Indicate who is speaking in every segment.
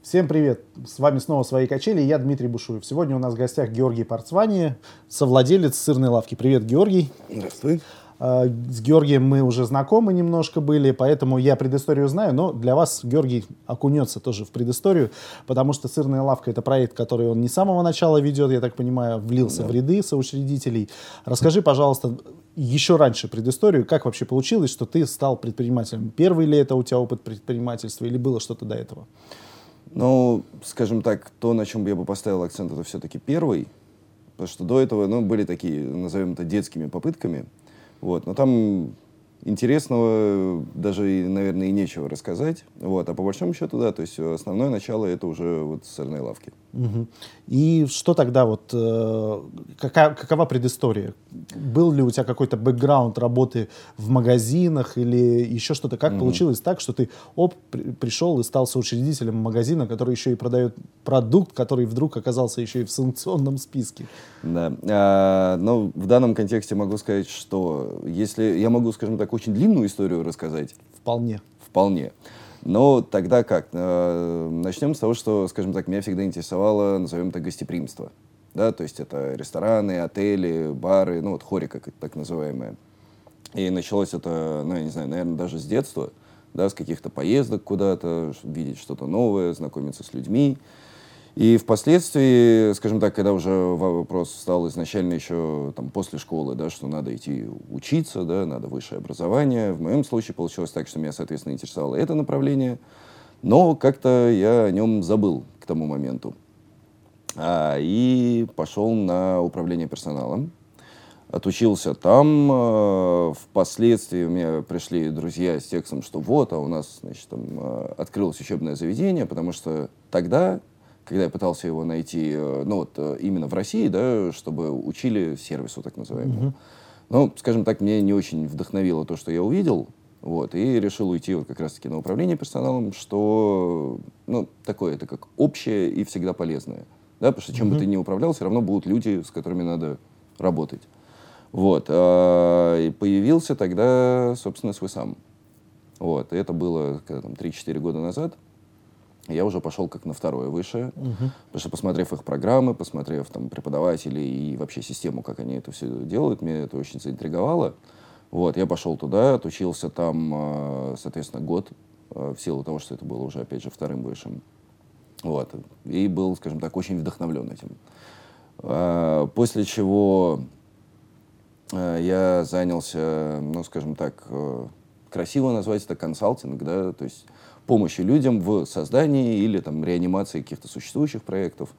Speaker 1: Всем привет! С вами снова «Свои качели» и я, Дмитрий Бушуев. Сегодня у нас в гостях Георгий Парцвани, совладелец сырной лавки. Привет, Георгий.
Speaker 2: Здравствуй.
Speaker 1: С Георгием мы уже знакомы немножко были, поэтому я предысторию знаю, но для вас Георгий окунется тоже в предысторию, потому что «Сырная лавка» — это проект, который он не с самого начала ведет, я так понимаю, влился в ряды соучредителей. Расскажи, пожалуйста, еще раньше предысторию, как вообще получилось, что ты стал предпринимателем? Первый ли это у тебя опыт предпринимательства или было что-то до этого?
Speaker 2: Ну, скажем так, то, на чем я бы поставил акцент, это все-таки первый, потому что до этого, были такие, назовем это, детскими попытками, но там интересного даже, наверное, и нечего рассказать, а по большому счету, да, то есть основное начало это уже сырной лавки.
Speaker 1: Угу. И что тогда какова предыстория? Был ли у тебя какой-то бэкграунд работы в магазинах или еще что-то? Как получилось так, что ты пришел и стал соучредителем магазина, который еще и продает продукт, который вдруг оказался еще и в санкционном списке?
Speaker 2: Да, в данном контексте могу сказать, что если я могу, скажем так, очень длинную историю рассказать. Вполне. Но тогда как? Начнем с того, что, скажем так, меня всегда интересовало, назовем это, гостеприимство. Да, то есть это рестораны, отели, бары, хорика, так называемая. И началось это, я не знаю, наверное, даже с детства, да, с каких-то поездок куда-то, видеть что-то новое, знакомиться с людьми. И впоследствии, скажем так, когда уже вопрос стал изначально еще после школы, да, что надо идти учиться, да, надо высшее образование. В моем случае получилось так, что меня, соответственно, интересовало это направление, но как-то я о нем забыл к тому моменту. И пошел на управление персоналом, отучился там. Впоследствии у меня пришли друзья с текстом, что у нас, значит, открылось учебное заведение, потому что тогда, когда я пытался его найти, именно в России, да, чтобы учили сервису, так называемому. Скажем так, мне не очень вдохновило то, что я увидел, и решил уйти как раз-таки на управление персоналом, что, такое, это как общее и всегда полезное, да, потому что чем бы ты ни управлял, все равно будут люди, с которыми надо работать. И появился тогда, собственно, Свисам. И это было 3-4 года назад. Я уже пошел как на второе высшее, потому что, посмотрев их программы, посмотрев преподавателей и вообще систему, как они это все делают, меня это очень заинтриговало. Я пошел туда, отучился там, соответственно, год, в силу того, что это было уже, опять же, вторым высшим. И был, скажем так, очень вдохновлен этим. После чего я занялся, скажем так, красиво назвать это консалтинг, да, то есть помощи людям в создании или реанимации каких-то существующих проектов.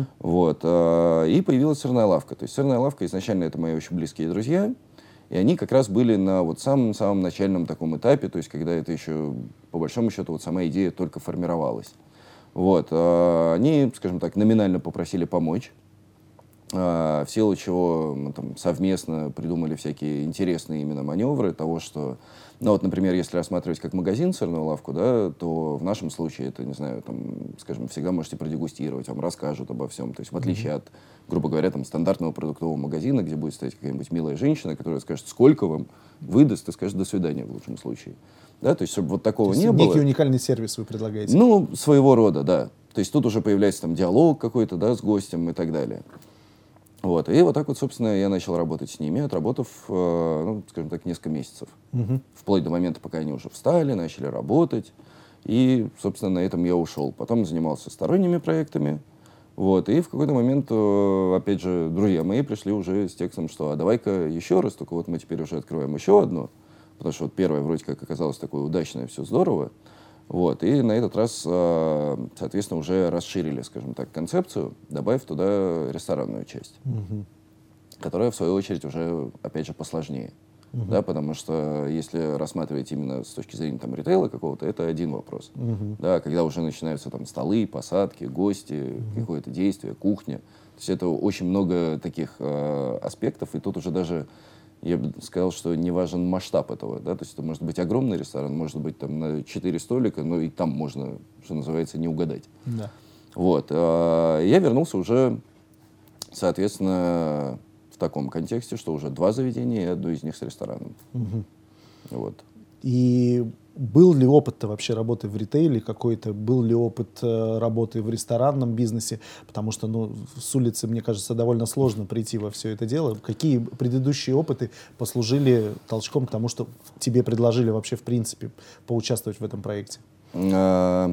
Speaker 2: И появилась сырная лавка. То есть сырная лавка изначально это мои очень близкие друзья, и они как раз были на самом-самом начальном таком этапе, то есть когда это еще, по большому счету, сама идея только формировалась. Они, скажем так, номинально попросили помочь, в силу чего мы совместно придумали всякие интересные именно маневры того, что, например, если рассматривать как магазин сырную лавку, да, то в нашем случае это, не знаю, скажем, всегда можете продегустировать, вам расскажут обо всем, то есть в отличие от, грубо говоря, стандартного продуктового магазина, где будет стоять какая-нибудь милая женщина, которая скажет, сколько вам, выдаст и скажет до свидания в лучшем случае. Да, то есть чтобы такого не было.
Speaker 1: Некий уникальный сервис вы предлагаете?
Speaker 2: Своего рода, да. То есть тут уже появляется диалог какой-то, да, с гостем и так далее. И так собственно, я начал работать с ними, отработав, скажем так, несколько месяцев. Вплоть до момента, пока они уже встали, начали работать. И, собственно, на этом я ушел. Потом занимался сторонними проектами. И в какой-то момент, опять же, друзья мои пришли уже с текстом, что давай-ка еще раз, только мы теперь уже открываем еще одно. Потому что первое вроде как оказалось такое удачное, все здорово. И на этот раз, соответственно, уже расширили, скажем так, концепцию, добавив туда ресторанную часть, которая, в свою очередь, уже, опять же, посложнее. Да, потому что если рассматривать именно с точки зрения ритейла какого-то, это один вопрос. Да, когда уже начинаются столы, посадки, гости, какое-то действие, кухня. То есть это очень много таких аспектов, и тут уже даже я бы сказал, что не важен масштаб этого, да, то есть это может быть огромный ресторан, может быть на 4 столика, но и там можно, что называется, не угадать.
Speaker 1: Да.
Speaker 2: Я вернулся уже, соответственно, в таком контексте, что уже 2 заведения, и одно из них с рестораном.
Speaker 1: И Был ли опыт вообще работы в ритейле какой-то? Был ли опыт работы в ресторанном бизнесе? Потому что, ну, с улицы, мне кажется, довольно сложно прийти во все это дело. Какие предыдущие опыты послужили толчком к тому, что тебе предложили вообще, в принципе, поучаствовать в этом проекте?
Speaker 2: Ну,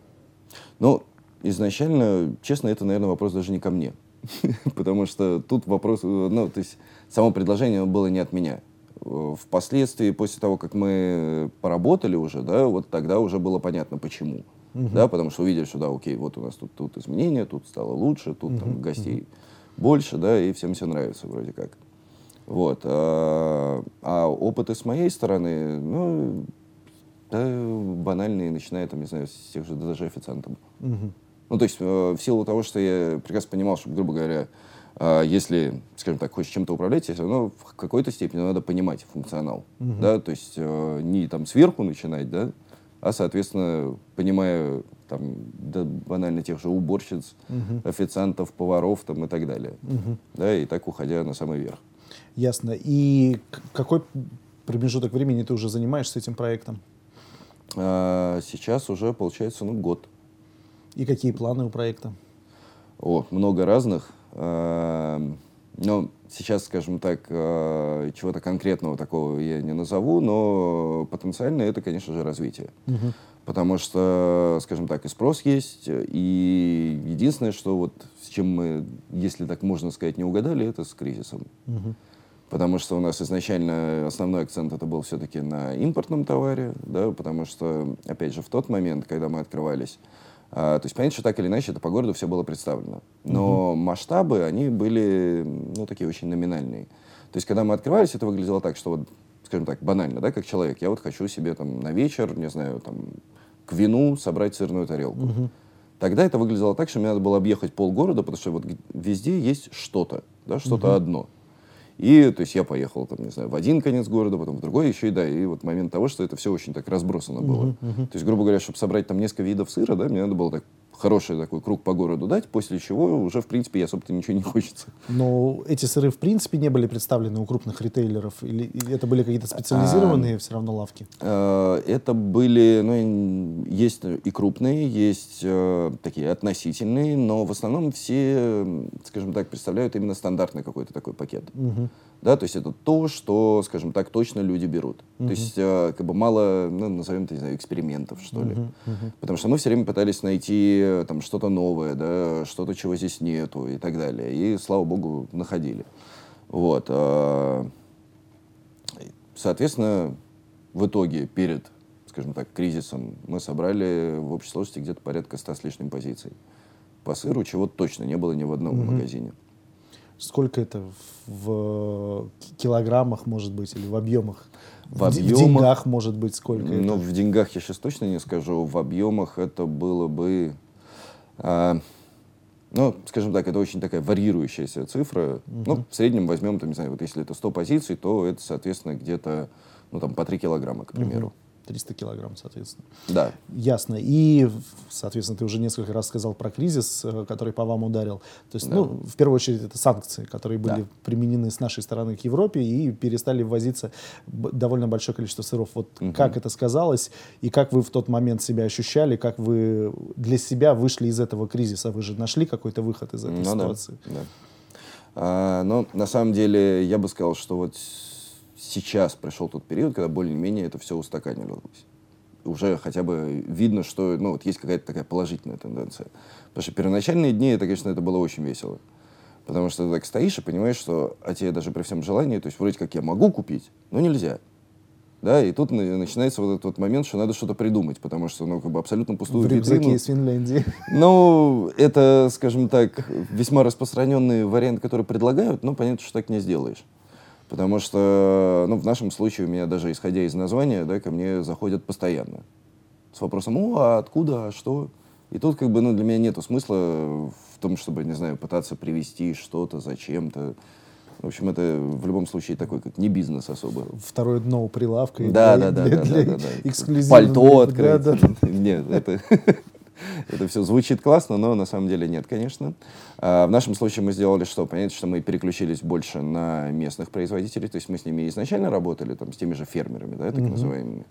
Speaker 2: изначально, честно, это, наверное, вопрос даже не ко мне. Потому что тут вопрос, ну, то есть само предложение было не от меня. Впоследствии, после того, как мы поработали уже, да, вот тогда уже было понятно, почему. Да, потому что увидели, что, да, окей, вот у нас тут изменения, тут стало лучше, тут там гостей больше, да, и всем все нравится вроде как. Вот. А опыты с моей стороны, ну, да, банальные, начиная, там, не знаю, с тех же даже официантов. Ну, то есть, в силу того, что я прекрасно понимал, что, грубо говоря, если, скажем так, хочешь чем-то управлять, все равно в какой-то степени надо понимать функционал. Да, то есть, не там сверху начинать, да, а, соответственно, понимая, там, да, банально тех же уборщиц, официантов, поваров, там, и так далее. Да, и так уходя на самый верх.
Speaker 1: Ясно. И какой промежуток времени ты уже занимаешься этим проектом?
Speaker 2: Сейчас уже, получается, ну, год.
Speaker 1: И какие планы у проекта?
Speaker 2: Много разных. Но сейчас, скажем так, чего-то конкретного такого я не назову, но потенциально это, конечно же, развитие. Потому что, скажем так, и спрос есть, и единственное, что вот с чем мы, если так можно сказать, не угадали, это с кризисом. Потому что у нас изначально основной акцент это был все-таки на импортном товаре, да, потому что, опять же, в тот момент, когда мы открывались, то есть, понятно, что так или иначе это по городу все было представлено. Но масштабы, они были, ну, такие очень номинальные. То есть, когда мы открывались, это выглядело так, что, вот, скажем так, банально, да, как человек. Я вот хочу себе там на вечер, не знаю, там, к вину собрать сырную тарелку. Тогда это выглядело так, что мне надо было объехать полгорода, потому что вот везде есть что-то, да, что-то одно. И, то есть, я поехал, там, не знаю, в один конец города, потом в другой еще, и да, и вот момент того, что это все очень так разбросано было. То есть, грубо говоря, чтобы собрать там несколько видов сыра, да, мне надо было так хороший такой круг по городу дать, после чего уже, в принципе, особо-то ничего не хочется.
Speaker 1: Но эти сыры, в принципе, не были представлены у крупных ритейлеров? Или это были какие-то специализированные все равно лавки?
Speaker 2: Это были, ну, есть и крупные, есть такие относительные, но в основном все, скажем так, представляют именно стандартный какой-то такой пакет. Да, то есть это то, что, скажем так, точно люди берут. То есть как бы мало, ну, назовем это, не знаю, экспериментов, что ли. Потому что мы все время пытались найти там что-то новое, да, что-то, чего здесь нету и так далее. И, слава богу, находили. Вот. Соответственно, в итоге перед, скажем так, кризисом мы собрали в общей сложности где-то порядка 100 с лишним позиций. По сыру чего точно не было ни в одном магазине.
Speaker 1: Сколько это в килограммах, может быть, или в объемах?
Speaker 2: В
Speaker 1: деньгах, может быть, сколько это?
Speaker 2: Ну, в деньгах я сейчас точно не скажу. В объемах это было бы... ну, скажем так, это очень такая варьирующаяся цифра. Ну, в среднем возьмем, там, не знаю, вот если это 100 позиций, то это, соответственно, где-то, ну, там, по 3 килограмма, к примеру.
Speaker 1: 300 килограмм, соответственно.
Speaker 2: Да.
Speaker 1: Ясно. И, соответственно, ты уже несколько раз сказал про кризис, который по вам ударил. То есть, ну, в первую очередь, это санкции, которые были применены с нашей стороны к Европе и перестали ввозиться довольно большое количество сыров. Вот как это сказалось и как вы в тот момент себя ощущали, как вы для себя вышли из этого кризиса? Вы же нашли какой-то выход из этой ситуации?
Speaker 2: Да. Но на самом деле я бы сказал, что вот сейчас пришел тот период, когда более-менее это все устаканилось. Уже хотя бы видно, что, ну, вот есть какая-то такая положительная тенденция. Потому что первоначальные дни, это, конечно, это было очень весело. Потому что ты так стоишь и понимаешь, что тебе даже при всем желании, то есть вроде как я могу купить, но нельзя. Да, и тут начинается вот этот вот момент, что надо что-то придумать, потому что, ну, как бы абсолютно пустую
Speaker 1: витрину. В рюкзаке
Speaker 2: витрину.
Speaker 1: из Финляндии.
Speaker 2: Ну, это, скажем так, весьма распространенный вариант, который предлагают, но понятно, что так не сделаешь. Потому что, ну, в нашем случае у меня даже, исходя из названия, да, ко мне заходят постоянно. С вопросом, а откуда, а что? И тут, как бы, ну, для меня нету смысла в том, чтобы, не знаю, пытаться привезти что-то зачем-то. В общем, это в любом случае такой, как не бизнес особо.
Speaker 1: Второе дно у прилавка.
Speaker 2: Да.
Speaker 1: Эксклюзивного.
Speaker 2: Пальто открыть. Нет, это все звучит классно, но на самом деле нет, конечно. В нашем случае мы сделали что? Понятно, что мы переключились больше на местных производителей, то есть мы с ними изначально работали, там, с теми же фермерами, да, так называемыми.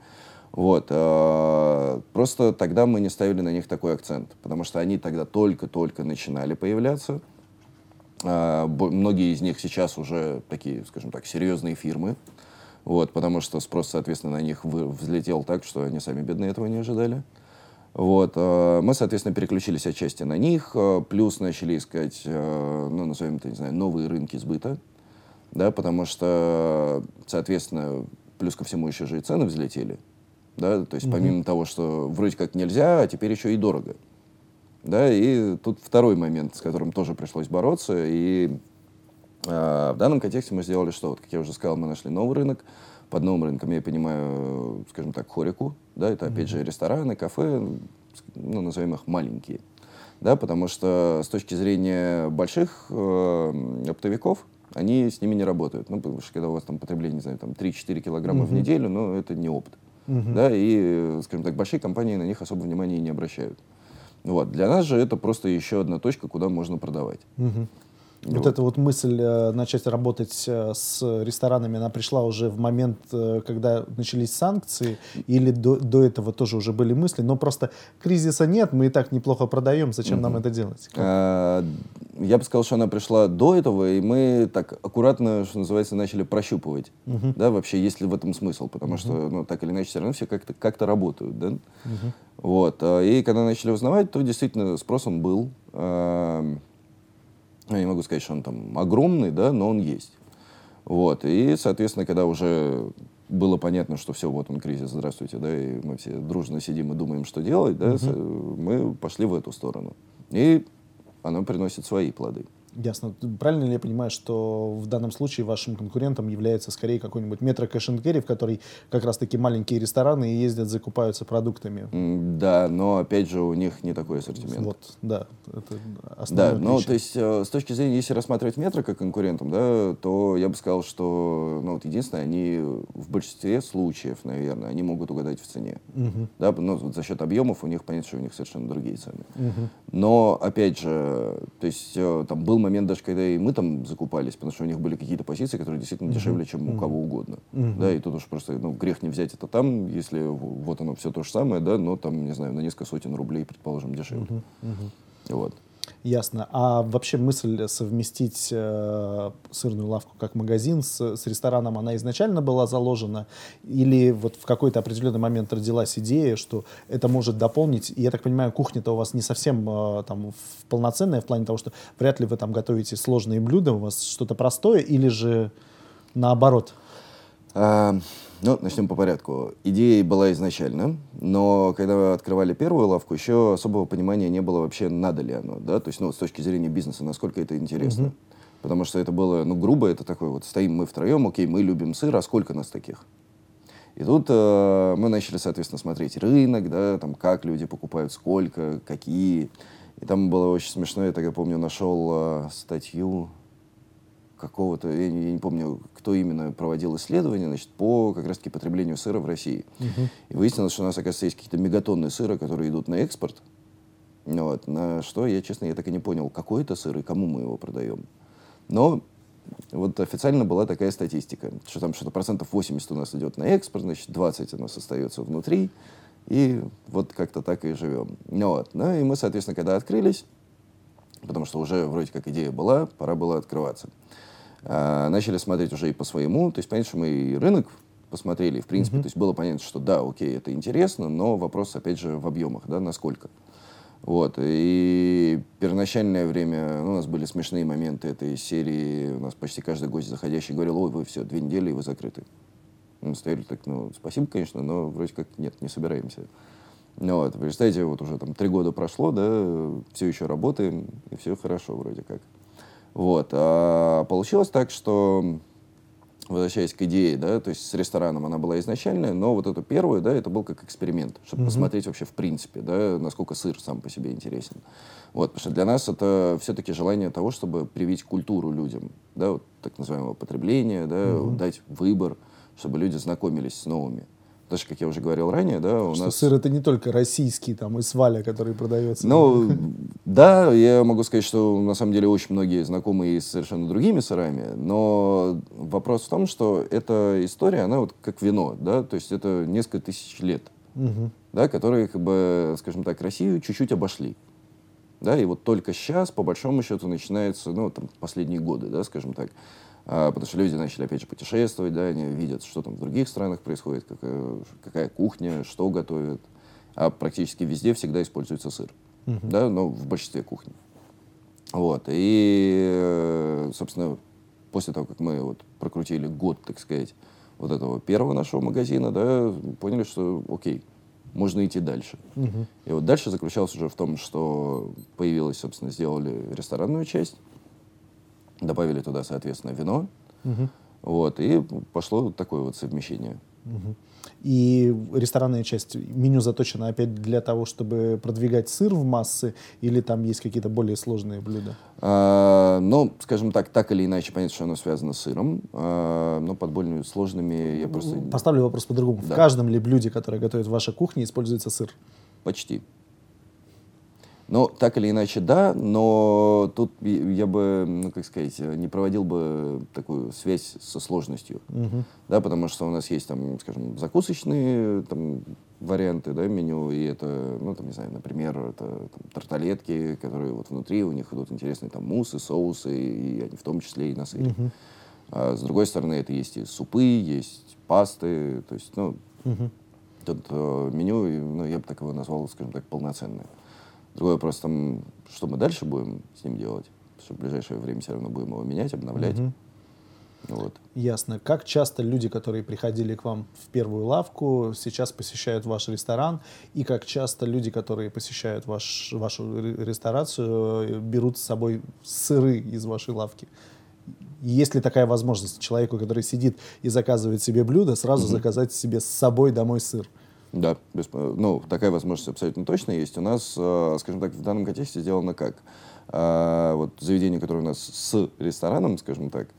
Speaker 2: Вот. Просто тогда мы не ставили на них такой акцент, потому что они тогда только-только начинали появляться. Многие из них сейчас уже такие, скажем так, серьезные фирмы, вот, потому что спрос, соответственно, на них взлетел так, что они сами бедные этого не ожидали. Вот. Мы, соответственно, переключились отчасти на них, плюс начали искать, ну, назовем это, не знаю, новые рынки сбыта, да, потому что, соответственно, плюс ко всему еще же и цены взлетели, да, то есть помимо того, что вроде как нельзя, а теперь еще и дорого. Да, и тут второй момент, с которым тоже пришлось бороться. И в данном контексте мы сделали что? Вот, как я уже сказал, мы нашли новый рынок. Под новым рынком я понимаю, скажем так, хорику. Да, это, опять же, рестораны, кафе, ну, назовем их маленькие. Да, потому что с точки зрения больших оптовиков, они с ними не работают. Ну, потому что когда у вас там потребление, не знаю, там 3-4 килограмма в неделю, ну, это не опыт. Да, и, скажем так, большие компании на них особо внимания не обращают. Вот. Для нас же это просто еще одна точка, куда можно продавать.
Speaker 1: Вот эта вот мысль начать работать с ресторанами, она пришла уже в момент, когда начались санкции, или до этого тоже уже были мысли, но просто кризиса нет, мы и так неплохо продаем, зачем нам это делать?
Speaker 2: Я бы сказал, что она пришла до этого, и мы так аккуратно, что называется, начали прощупывать, да, вообще есть ли в этом смысл, потому что, ну, так или иначе, все равно все как-то работают, да. Вот. И когда начали узнавать, то действительно спросом был. Я не могу сказать, что он там огромный, да, но он есть. Вот. И, соответственно, когда уже было понятно, что все, вот он кризис, здравствуйте, да, и мы все дружно сидим и думаем, что делать, да, мы пошли в эту сторону. И оно приносит свои плоды.
Speaker 1: Ясно. Правильно ли я понимаю, что в данном случае вашим конкурентом является скорее какой-нибудь Metro Cash and Carry, в который как раз-таки маленькие рестораны и ездят, закупаются продуктами?
Speaker 2: Да, но опять же у них не такой ассортимент.
Speaker 1: Вот, да, это основное
Speaker 2: Да, ну, то есть с точки зрения, если рассматривать Метро как конкурентом, да, то я бы сказал, что, ну, вот единственное, они в большинстве случаев, наверное, они могут угадать в цене. Да, ну, вот за счет объемов у них понятно, что у них совершенно другие цены. Но, опять же, то есть там был момент даже, когда и мы там закупались, потому что у них были какие-то позиции, которые действительно дешевле, чем у кого угодно. Да, и тут уж просто, ну, грех не взять это там, если вот оно все то же самое, да, но там, не знаю, на несколько сотен рублей, предположим, дешевле. Вот.
Speaker 1: Ясно. А вообще мысль совместить сырную лавку как магазин с рестораном, она изначально была заложена? Или вот в какой-то определенный момент родилась идея, что это может дополнить? И я так понимаю, кухня-то у вас не совсем там полноценная в плане того, что вряд ли вы там готовите сложные блюда, у вас что-то простое, или же наоборот?
Speaker 2: Ну, начнем по порядку. Идея была изначально, но когда открывали первую лавку, еще особого понимания не было вообще, надо ли оно, да, то есть, ну, с точки зрения бизнеса, насколько это интересно. Потому что это было, ну, грубо, это такое вот, стоим мы втроем, окей, мы любим сыр, а сколько нас таких? И тут мы начали, соответственно, смотреть рынок, да, там, как люди покупают, сколько, какие. И там было очень смешно, я тогда помню, нашел статью какого-то, я не помню, кто именно проводил исследование, значит, по как раз-таки потреблению сыра в России. И выяснилось, что у нас, оказывается, есть какие-то мегатонны сыра, которые идут на экспорт. Вот. На что, я, честно, я так и не понял, какой это сыр и кому мы его продаем. Но вот официально была такая статистика, что там что-то 80% у нас идет на экспорт, значит, 20% у нас остается внутри, и вот как-то так и живем. Вот. Ну и мы, соответственно, когда открылись, потому что уже вроде как идея была, пора было открываться. Начали смотреть уже и по своему, то есть понятно, что мы и рынок посмотрели, в принципе, то есть было понятно, что да, окей, это интересно, но вопрос, опять же, в объемах, да, насколько. Вот, и первоначальное время, ну, у нас были смешные моменты этой серии, у нас почти каждый гость заходящий говорил: ой, вы все, 2 недели, и вы закрыты. Мы стояли так, ну, спасибо, конечно, но вроде как нет, не собираемся. Ну, вот, представляете, вот уже там 3 года прошло, да, все еще работаем, и все хорошо вроде как. Вот. А получилось так, что, возвращаясь к идее, да, то есть с рестораном она была изначальная, но вот эту первую, да, это был как эксперимент, чтобы посмотреть вообще в принципе, да, насколько сыр сам по себе интересен. Вот, потому что для нас это все-таки желание того, чтобы привить культуру людям, да, вот, так называемого потребления, да, вот, дать выбор, чтобы люди знакомились с новыми. даже, как я уже говорил ранее, да, у
Speaker 1: Что
Speaker 2: нас...
Speaker 1: сыр это не только российский, там, из Валя, который продается.
Speaker 2: Ну, да, я могу сказать, что на самом деле очень многие знакомы и с совершенно другими сырами, но вопрос в том, что эта история, она вот как вино, да, то есть это несколько тысяч лет, да, которые, как бы, скажем так, Россию чуть-чуть обошли. Да, и вот только сейчас, по большому счету, начинается, ну, там, последние годы, да, скажем так, потому что люди начали, опять же, путешествовать, да, они видят, что там в других странах происходит, какая кухня, что готовят, а практически везде всегда используется сыр, да, но в большинстве кухни. Вот, и, собственно, после того, как мы вот прокрутили год, так сказать, вот этого первого нашего магазина, да, поняли, что, окей, можно идти дальше. И вот дальше заключалось уже в том, что появилась, собственно, сделали ресторанную часть, добавили туда, соответственно, вино, вот, и пошло вот такое вот совмещение.
Speaker 1: И ресторанная часть меню заточена опять для того, чтобы продвигать сыр в массы, или там есть какие-то более сложные блюда?
Speaker 2: Ну, скажем так или иначе, понятно, что оно связано с сыром, но под более сложными я просто...
Speaker 1: Поставлю вопрос по-другому.
Speaker 2: Да.
Speaker 1: В каждом ли блюде, которое готовит ваша кухня, используется сыр?
Speaker 2: Почти. Ну, так или иначе, да, но тут я бы, ну, как сказать, не проводил бы такую связь со сложностью, да, потому что у нас есть, там, скажем, закусочные там, варианты, да, меню, и это, ну, там, не знаю, например, это там, тарталетки, которые вот внутри, у них идут интересные там муссы, соусы, и они в том числе и на сыре. А с другой стороны, это есть и супы, есть пасты, то есть, ну, тут меню, ну, я бы так его назвал, скажем так, полноценное. Другой вопрос, там, что мы дальше будем с ним делать, потому что в ближайшее время все равно будем его менять, обновлять. Вот.
Speaker 1: Ясно. Как часто люди, которые приходили к вам в первую лавку, сейчас посещают ваш ресторан? И как часто люди, которые посещают вашу ресторацию, берут с собой сыры из вашей лавки? Есть ли такая возможность человеку, который сидит и заказывает себе блюдо, сразу заказать себе с собой домой сыр?
Speaker 2: Да, ну, такая возможность абсолютно точно есть. У нас, скажем так, в данном контексте сделано как? Вот заведение, которое у нас с рестораном, скажем так,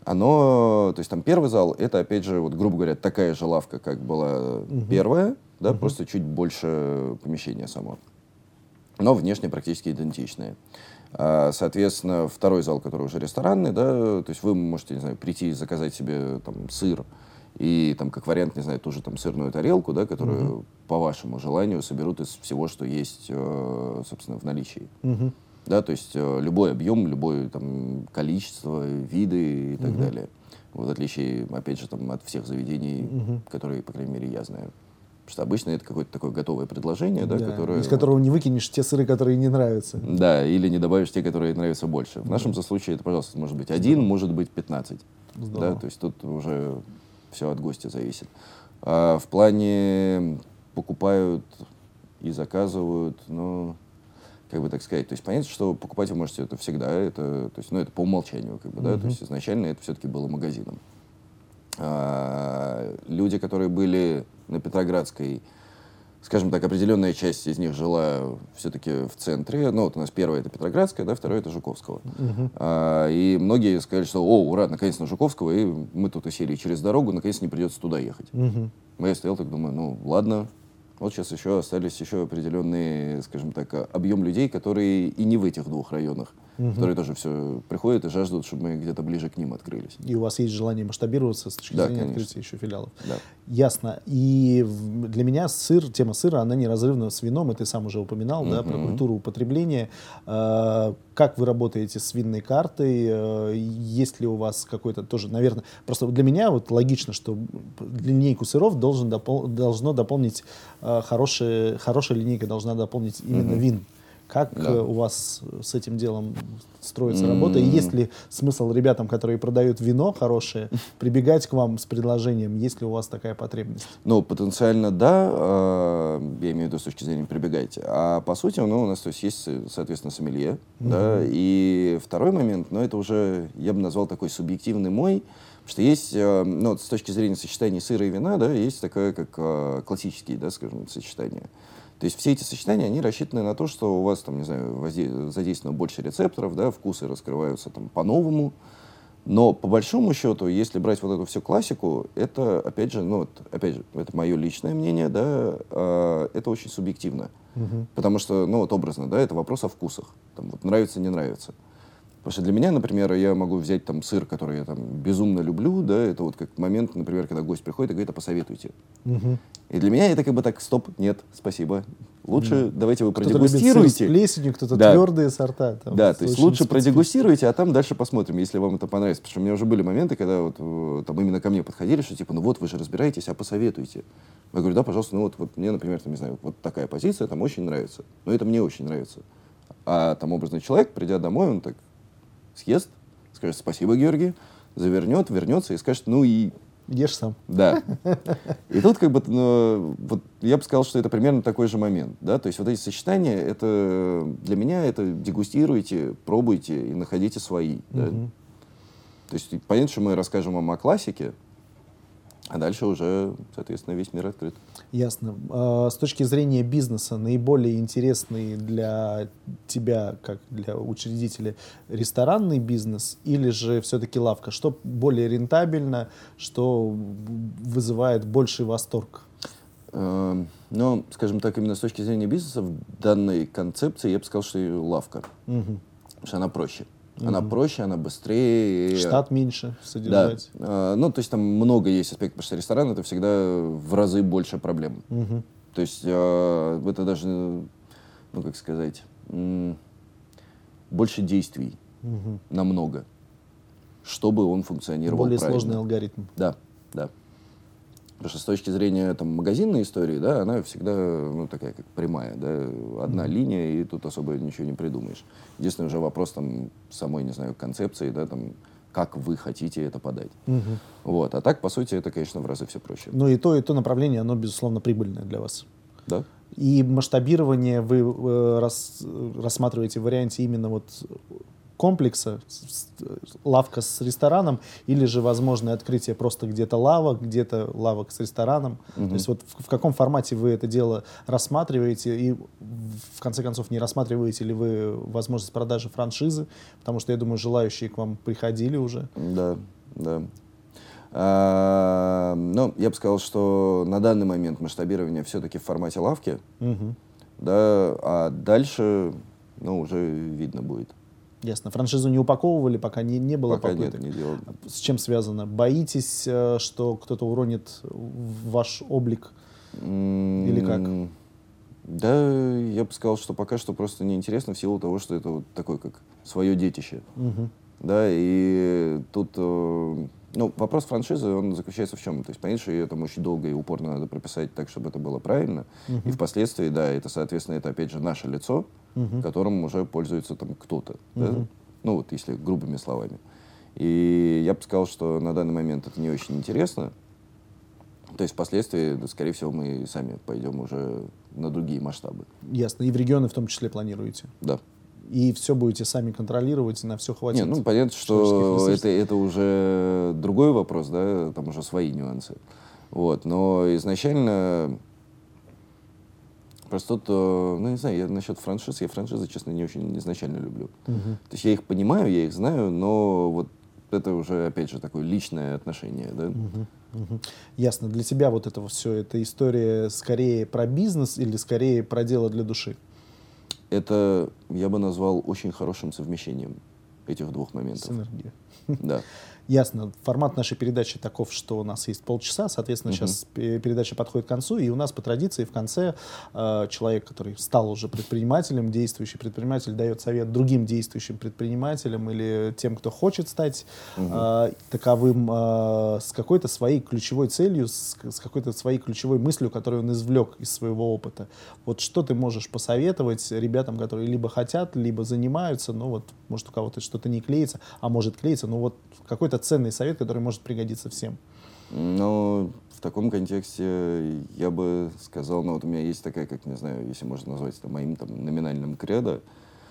Speaker 2: оно, то есть там первый зал, это, опять же, вот, грубо говоря, такая же лавка, как была первая, да, просто чуть больше помещения само. Но внешне практически идентичные. Соответственно, второй зал, который уже ресторанный, да, то есть вы можете, не знаю, прийти и заказать себе там сыр, и там, как вариант, не знаю, ту же там сырную тарелку, да, которую по вашему желанию соберут из всего, что есть, собственно, в наличии. Да, то есть любой объем, любое там количество, виды и так далее. Вот, в отличие, опять же, там, от всех заведений, которые, по крайней мере, я знаю. Потому что обычно это какое-то такое готовое предложение, да, которое...
Speaker 1: Из которого не выкинешь те сыры, которые не нравятся.
Speaker 2: Да, или не добавишь те, которые нравятся больше. В нашем случае это, пожалуйста, может быть 1, может быть 15. Да, то есть тут уже... Все от гостя зависит. А в плане покупают и заказывают, ну, как бы так сказать, то есть понятно, что покупать вы можете это всегда, это, то есть, ну, это по умолчанию, как бы, да, то есть изначально это все-таки было магазином. Люди, которые были на Петроградской, скажем так, определенная часть из них жила все-таки в центре. Ну, вот у нас первая — это Петроградская, да, вторая — это Жуковского. И многие сказали, что, о, ура, наконец на Жуковского, и мы тут усилили через дорогу, наконец не придется туда ехать. Я стоял так, думаю, ну, ладно, вот сейчас еще остались еще определенные, скажем так, объем людей, которые и не в этих двух районах, которые тоже все приходят и жаждут, чтобы мы где-то ближе к ним открылись.
Speaker 1: И у вас есть желание масштабироваться с точки зрения открытия еще филиалов?
Speaker 2: Да.
Speaker 1: Ясно. И для меня тема сыра, она неразрывна с вином, и ты сам уже упоминал, да, про культуру употребления. Как вы работаете с винной картой? Есть ли у вас какой-то тоже, наверное, просто для меня вот логично, что линейку сыров должно дополнить хорошая линейка должна дополнить именно вин. Как у вас с этим делом строится работа? И есть ли смысл ребятам, которые продают вино хорошее, прибегать к вам с предложением? Есть ли у вас такая потребность?
Speaker 2: Ну, потенциально да, я имею в виду с точки зрения прибегать. А по сути, ну, у нас то есть, соответственно, сомелье. Да, и второй момент, но это уже, я бы назвал такой субъективный мой, потому что есть, ну, с точки зрения сочетания сыра и вина, да, есть такое, как классические, да, скажем, сочетания. То есть все эти сочетания, они рассчитаны на то, что у вас, там, не знаю, задействовано больше рецепторов, да, вкусы раскрываются там по-новому, Но по большому счету, если брать вот эту всю классику, это, опять же, это мое личное мнение, да, это очень субъективно. Потому что, образно, да, это вопрос о вкусах. Там, вот, нравится, не нравится. Потому что для меня, например, я могу взять там сыр, который я там безумно люблю, да, это вот как момент, например, когда гость приходит и говорит, а посоветуйте. И для меня это как бы так, стоп, нет, спасибо. Лучше давайте вы продегустируете.
Speaker 1: Кто-то любит сыр с плесенью, кто-то твердые сорта. Там,
Speaker 2: да, то есть лучше продегустируйте, а там дальше посмотрим, если вам это понравится. Потому что у меня уже были моменты, когда вот, там именно ко мне подходили, что типа, вы же разбираетесь, а посоветуйте. Я говорю, да, пожалуйста, вот мне, например, там, не знаю, вот такая позиция там очень нравится. Но это мне очень нравится. А там образный человек, придя домой, он так съест, скажет спасибо, Георгий, завернет, вернется и скажет,
Speaker 1: ешь сам.
Speaker 2: Да. И тут как бы, вот я бы сказал, что это примерно такой же момент, да, то есть вот эти сочетания, это для меня это дегустируйте, пробуйте и находите свои, да? То есть понятно, что мы расскажем вам о классике, а дальше уже, соответственно, весь мир открыт.
Speaker 1: Ясно. С точки зрения бизнеса, наиболее интересный для тебя, как для учредителя, ресторанный бизнес или же все-таки лавка? Что более рентабельно, что вызывает больший восторг?
Speaker 2: Скажем так, именно с точки зрения бизнеса в данной концепции я бы сказал, что и лавка. Потому что она проще. Она проще, она быстрее.
Speaker 1: Штат меньше содержать.
Speaker 2: Да. То есть там много есть аспектов, потому что ресторан — это всегда в разы больше проблем. То есть это даже, как сказать, больше действий намного, чтобы он функционировал
Speaker 1: более
Speaker 2: правильно.
Speaker 1: Сложный алгоритм.
Speaker 2: Да. Потому что с точки зрения там, магазинной истории, да, она всегда такая как прямая, да, одна линия, и тут особо ничего не придумаешь. Единственный уже вопрос там самой, не знаю, концепции, да, там, как вы хотите это подать. Вот. А так, по сути, это, конечно, в разы все проще.
Speaker 1: И то направление, оно, безусловно, прибыльное для вас.
Speaker 2: Да.
Speaker 1: И масштабирование вы рассматриваете в варианте именно вот комплекса, лавка с рестораном, или же возможное открытие просто где-то где-то лавок с рестораном. То есть вот в каком формате вы это дело рассматриваете и в конце концов не рассматриваете ли вы возможность продажи франшизы, потому что я думаю, желающие к вам приходили уже.
Speaker 2: Да. Я бы сказал, что на данный момент масштабирование все-таки в формате лавки, да, а дальше, уже видно будет.
Speaker 1: Ясно. Франшизу не упаковывали, пока не было попыток?
Speaker 2: Пока нет, не делал.
Speaker 1: С чем связано? Боитесь, что кто-то уронит ваш облик? Или как?
Speaker 2: Да, я бы сказал, что пока что просто неинтересно в силу того, что это вот такое, как свое детище. Да, и тут, вопрос франшизы, он заключается в чем? То есть, понятно, что ее там очень долго и упорно надо прописать так, чтобы это было правильно. И впоследствии, да, это, соответственно, это опять же наше лицо, которым уже пользуется там кто-то. Да? Если грубыми словами. И я бы сказал, что на данный момент это не очень интересно. То есть впоследствии, скорее всего, мы сами пойдем уже на другие масштабы.
Speaker 1: Ясно. И в регионы в том числе планируете?
Speaker 2: Да.
Speaker 1: И все будете сами контролировать, и на все хватит?
Speaker 2: Нет, понятно, что это уже другой вопрос, да, там уже свои нюансы. Вот, но изначально просто тут, не знаю, я насчет франшиз, я франшизы, честно, не очень изначально люблю. То есть я их понимаю, я их знаю, но вот это уже, опять же, такое личное отношение, да.
Speaker 1: Ясно. Для тебя вот это все, эта история скорее про бизнес или скорее про дело для души?
Speaker 2: Это я бы назвал очень хорошим совмещением этих двух моментов.
Speaker 1: Синергия.
Speaker 2: Да.
Speaker 1: Ясно. Формат нашей передачи таков, что у нас есть полчаса, соответственно, сейчас передача подходит к концу, и у нас по традиции в конце человек, который стал уже предпринимателем, действующий предприниматель, дает совет другим действующим предпринимателям или тем, кто хочет стать таковым, с какой-то своей ключевой целью, с какой-то своей ключевой мыслью, которую он извлек из своего опыта. Вот что ты можешь посоветовать ребятам, которые либо хотят, либо занимаются, может у кого-то что-то не клеится, а может клеится, какой-то ценный совет, который может пригодиться всем.
Speaker 2: В таком контексте я бы сказал, у меня есть такая, как, не знаю, если можно назвать это моим там номинальным кредо,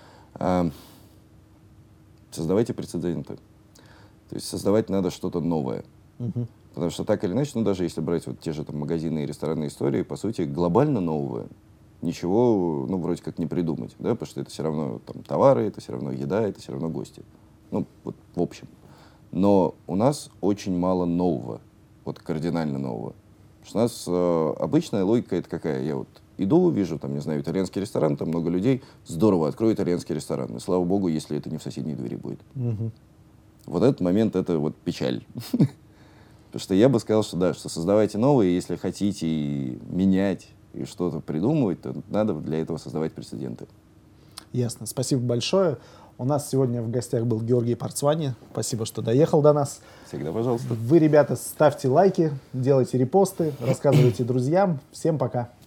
Speaker 2: создавайте прецеденты. То есть создавать надо что-то новое. Потому что так или иначе, даже если брать вот те же там магазины и ресторанные истории, по сути, глобально новое ничего, вроде как не придумать, да, потому что это все равно там товары, это все равно еда, это все равно гости. В общем. Но у нас очень мало нового, вот кардинально нового. Потому что у нас обычная логика это какая? Я вот иду, вижу, там, не знаю, итальянский ресторан, там много людей, здорово, открою итальянский ресторан. И слава богу, если это не в соседней двери будет. Вот этот момент, это вот печаль. Потому что я бы сказал, что да, что создавайте новые, если хотите и менять, и что-то придумывать, то надо для этого создавать прецеденты.
Speaker 1: Ясно. Спасибо большое. У нас сегодня в гостях был Георгий Парцвани. Спасибо, что доехал до нас.
Speaker 2: Всегда пожалуйста.
Speaker 1: Вы, ребята, ставьте лайки, делайте репосты, рассказывайте друзьям. Всем пока.